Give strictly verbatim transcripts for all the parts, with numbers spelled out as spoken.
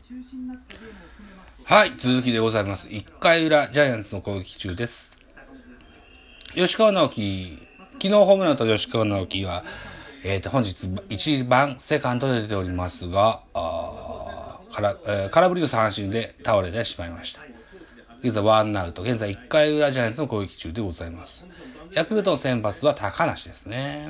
はい、続きでございます。いっかい裏ジャイアンツの攻撃中です。吉川直樹、昨日ホームランと吉川直樹は、えー、と本日いちばんセカンドで出ておりますが、あから、えー、空振りの三振で倒れてしまいました。現在ワンアウト、現在いっかい裏ジャイアンツの攻撃中でございます。ヤクルトの先発は高梨ですね。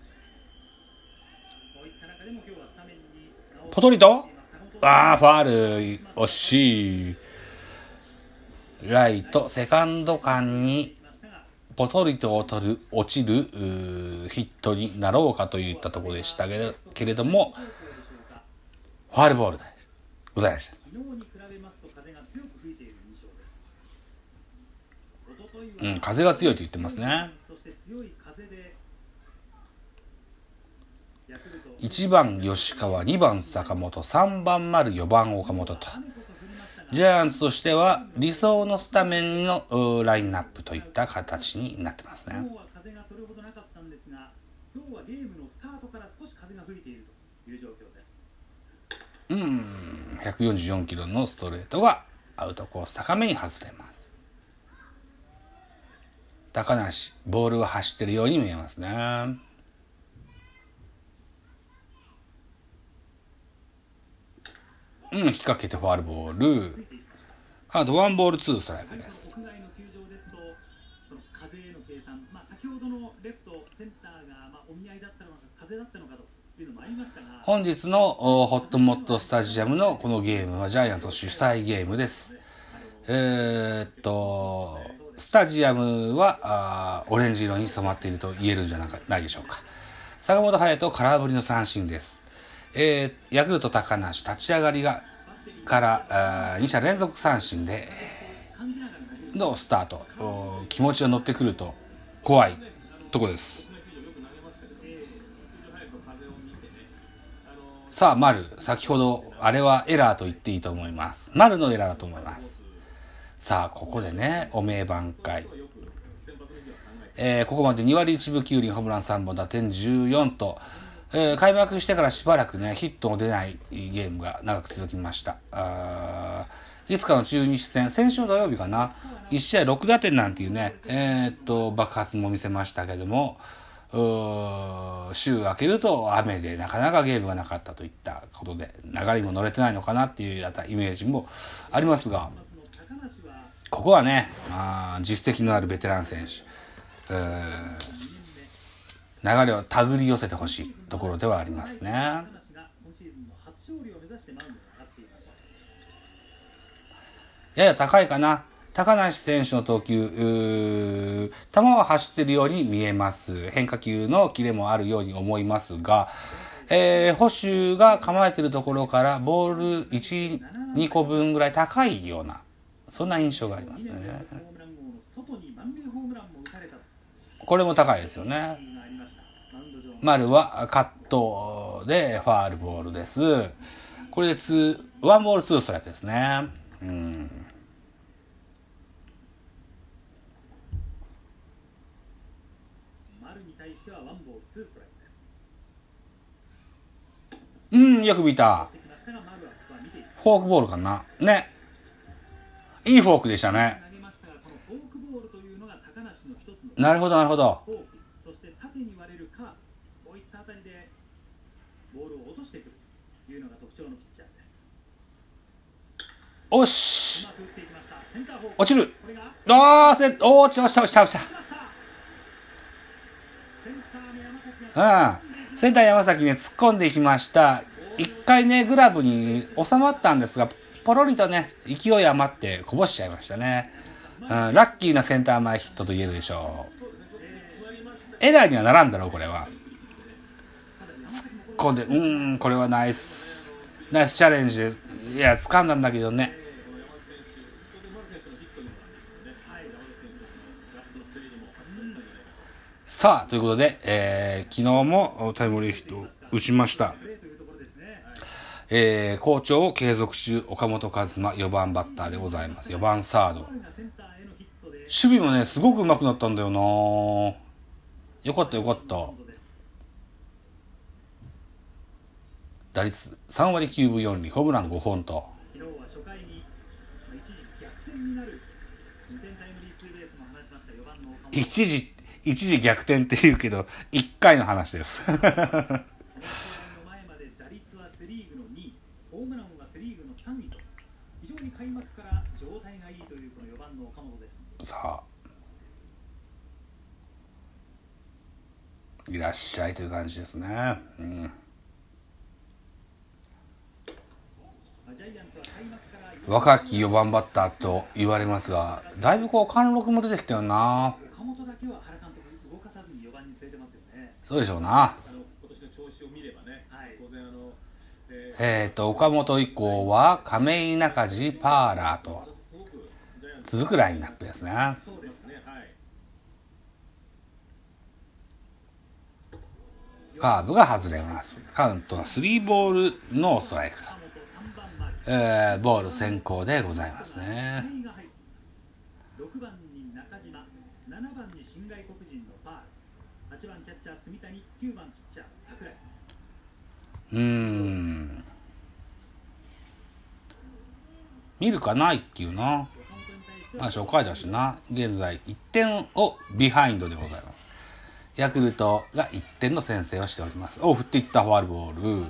ポトリとあーファール、惜しい。ライトセカンド間にポトリと落る落ちるヒットになろうかといったところでしたけれども、ファウルボールでございました。うん、風が強いと言ってますね。いちばん吉川、にばん坂本、さんばん丸、よばん岡本と、ジャイアンツとしては理想のスタメンのラインナップといった形になってますね。今日は風がそれほどなかったんですが、今日はゲームのスタートから少し風が吹いているという状況です。うん、ひゃくよんじゅうよんキロのストレートがアウトコース高めに外れます。高梨、ボールが走っているように見えますね。うん、引っ掛けてファウルボール。カードワンボールツーストライクです。本日のホットモットスタジアムのこのゲームはジャイアンツ主催ゲームです。えー、っとスタジアムはあオレンジ色に染まっていると言えるんじゃないでしょうか。坂本勇人空振りの三振です。えー、ヤクルト高梨立ち上がりがからに者連続三振でのスタート。気持ちが乗ってくると怖いところです。さあ丸、先ほどあれはエラーと言っていいと思います。丸のエラーだと思います。さあここでね、お名挽回、えー、ここまでにわりいちぶきゅうりん、ホームランさんぼん、打点じゅうよんと、えー、開幕してからしばらくねヒットも出ないゲームが長く続きました。あいつかの中日戦、先週の土曜日かな、いち試合ろくだてんなんていうね、えー、っと爆発も見せましたけども、週明けると雨でなかなかゲームがなかったといったことで流れにも乗れてないのかなっていうイメージもありますが、ここはね、まあ、実績のあるベテラン選手、流れを手繰り寄せてほしいところではありますね。やや高いかな。高梨選手の投球、球は走っているように見えます。変化球のキレもあるように思いますが、えー、捕手が構えているところからボールいち、にこぶんぐらい高いような、そんな印象がありますね。これも高いですよね。丸はカットでファールボールです。これでツー、ワンボールツーストライクですね。うん。うん、よく見た。フォークボールかな。ね。いいフォークでしたね。なるほど、なるほど。おし。落ちる。あー、せ、おー、落ちた、落ちた、落ちた、落ちた。うん。センター山崎ね、突っ込んでいきました。一回ね、グラブに収まったんですが、ポロリとね、勢い余ってこぼしちゃいましたね。うん、ラッキーなセンター前ヒットと言えるでしょう。エラーにはならんだろう、これは。突っ込んで、うーん、これはナイス、ナイスチャレンジで、いや、掴んだんだけどね。さあ、ということで、えー、昨日もタイムリーヒットを打ちました。えー、好調を継続中、岡本和真よばんバッターでございます。よばんサード。守備もね、すごく上手くなったんだよな。よかったよかった。打率さんわりきゅうぶよんりん、ホームランごほんと。 は初回に一時逆転になるにてんタイムリーツーベースも放ちましたよばんの岡本。 一時一時逆転って言うけどいっかいの話ですこの試合の前まで打率はセ・リーグのにい、ホームランはセ・リーグのさんいと非常に開幕から状態がいいというこのよばんの岡本です。 さあいらっしゃいという感じですね、うん、若きよばんバッターと言われますが、だいぶこう貫禄も出てきたよな。 岡本だけは原監督動かさずによばんに据えてますよね。 そうでしょうな。えっと岡本以降は亀井、中地、パーラーと続くラインナップですね。カーブが外れます。カウントはスリーボールノーストライクと、えー、ボール先行でございますね。 ろくばんに中島、ななばんに新外国人のパール、はちばんキャッチャー住谷、きゅうばんピッチャー櫻井。 うーん見るかないっていうな。まあ初回だしな。現在いってんをビハインドでございます。ヤクルトがいってんの先制をしております。お振っていったファウルボール。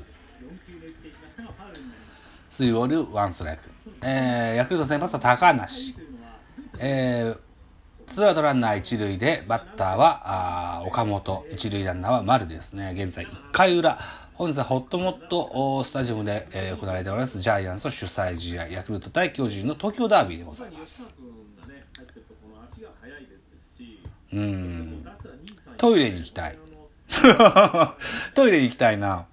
スリーボールワンストライク。えー、ヤクルト先発は高梨。えー、ツーアウトランナー一塁でバッターはあ岡本、一塁ランナーは丸ですね。現在いっかい裏、本日はホットモットスタジアムで、えー、行われておりますジャイアンツ主催試合、ヤクルト対巨人の東京ダービーでございます。うーんトイレに行きたいトイレに行きたいな。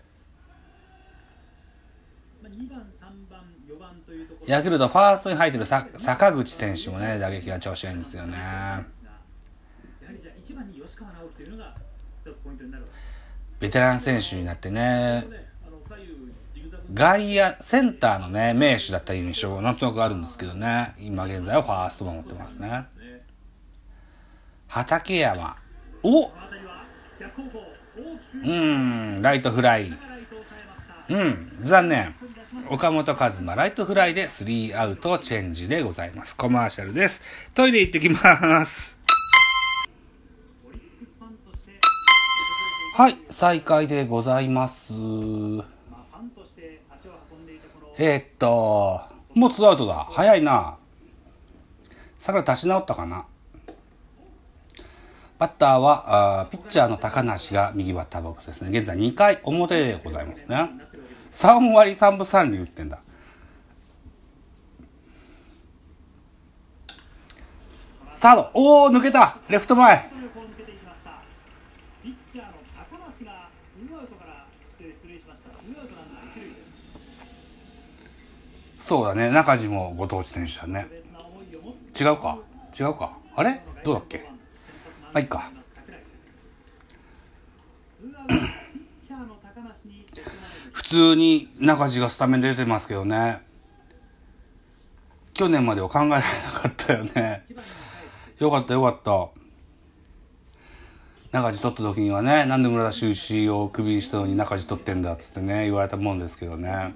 ヤクルトファーストに入っている坂口選手もね、打撃が調子がいいんですよね。ベテラン選手になってね、外野センターのね名手だった印象がなんとなくあるんですけどね、今現在はファーストも持ってますね。畠山、おうんライトフライ、うん残念。岡本和真ライトフライでスリーアウトチェンジでございます。コマーシャルです。トイレ行ってきます。はい再開でございます。えー、っともうツーアウトだ。早いな。桜立ち直ったかな。バッターはあーピッチャーの高梨が右バッターボックスですね。現在にかい表でございますね。さんわりさんぶさんり打ってんだ。サード、おー抜けた。レフト前。そうだね、中地もご当地選手だね。違うか違うかあれどうだっけ。まあいいか普通に中地がスタメンで出てますけどね、去年までは考えられなかったよね。よかったよかった。中地取った時にはね、なんで村田修士をクビにしたのに中地取ってんだっつってね言われたもんですけどね。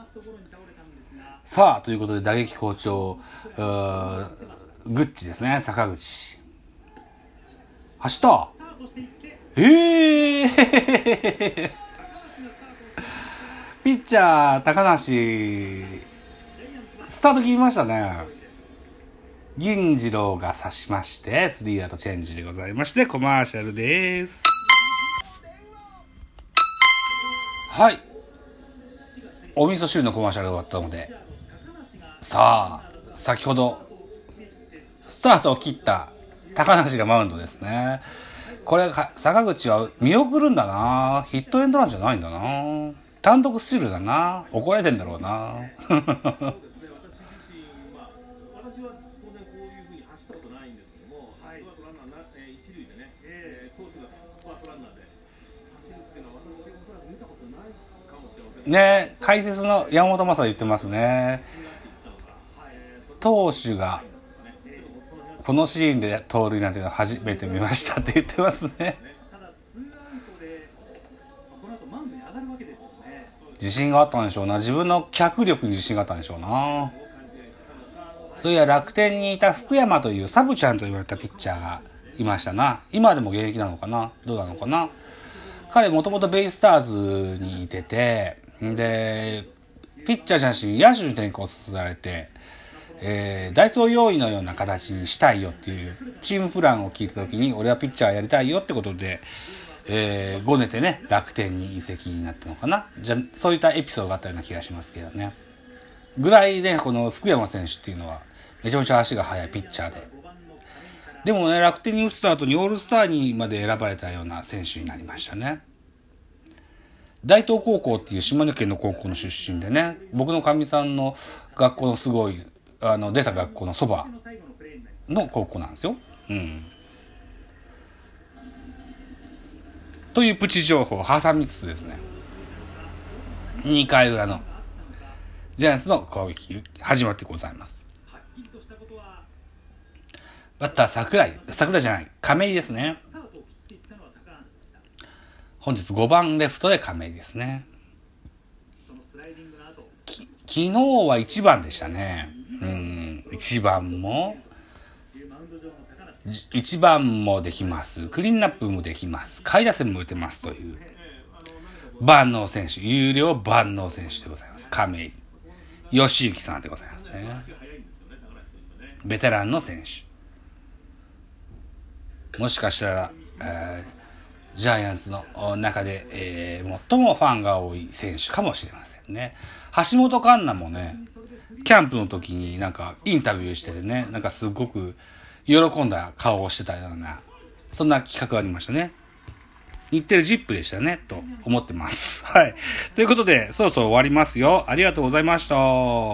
さあということで打撃好調グッチですね。坂口走った。えーピッチャー高梨スタート切りましたね。銀次郎が刺しましてスリーアウトチェンジでございまして、コマーシャルです。はい、お味噌汁のコマーシャルが終わったので、さあ先ほどスタートを切った高梨がマウンドですね。これ坂口は見送るんだな。ヒットエンドランじゃないんだな。単独スチールだな。怒られてんだろうなね、解説の山本昌言ってますね。投手がこのシーンで盗塁なんての初めて見ましたって言ってますね。 自信があったんでしょうな。自分の脚力に自信があったんでしょうな。そういや楽天にいた福山というサブちゃんと言われたピッチャーがいましたな。今でも現役なのかな、どうなのかな。彼もともとベイスターズにいてて、で、ピッチャーじゃなしに野手に転向させられて、えー、ダイソー用意のような形にしたいよっていうチームプランを聞いたときに、俺はピッチャーやりたいよってことで、えー、ごねてね、楽天に移籍になったのかな。じゃ、そういったエピソードがあったような気がしますけどね。ぐらいね、この福山選手っていうのは、めちゃめちゃ足が速いピッチャーで。でもね、楽天に移った後にオールスターにまで選ばれたような選手になりましたね。大東高校っていう島根県の高校の出身でね、僕のかみさんの学校のすごい、あの、出た学校のそばの高校なんですよ。うん。というプチ情報を挟みつつですね、にかい裏のジャイアンツの攻撃始まってございます。バッター桜井、桜井じゃない、亀井ですね。本日ごばんレフトで亀井ですね。き昨日はいちばんでしたね。うん、いちばんもいちばんもできます。クリーンナップもできます。下位打線も打てますという万能選手、有料万能選手でございます。亀井義行さんでございますね。ベテランの選手。もしかしたら、えー、ジャイアンツの中で、えー、最もファンが多い選手かもしれませんね。橋本環奈もね、キャンプの時になんかインタビューしててね、なんかすごく喜んだ顔をしてたような、そんな企画がありましたね。日テレジップでしたね、と思ってます。はい。ということで、そろそろ終わりますよ。ありがとうございました。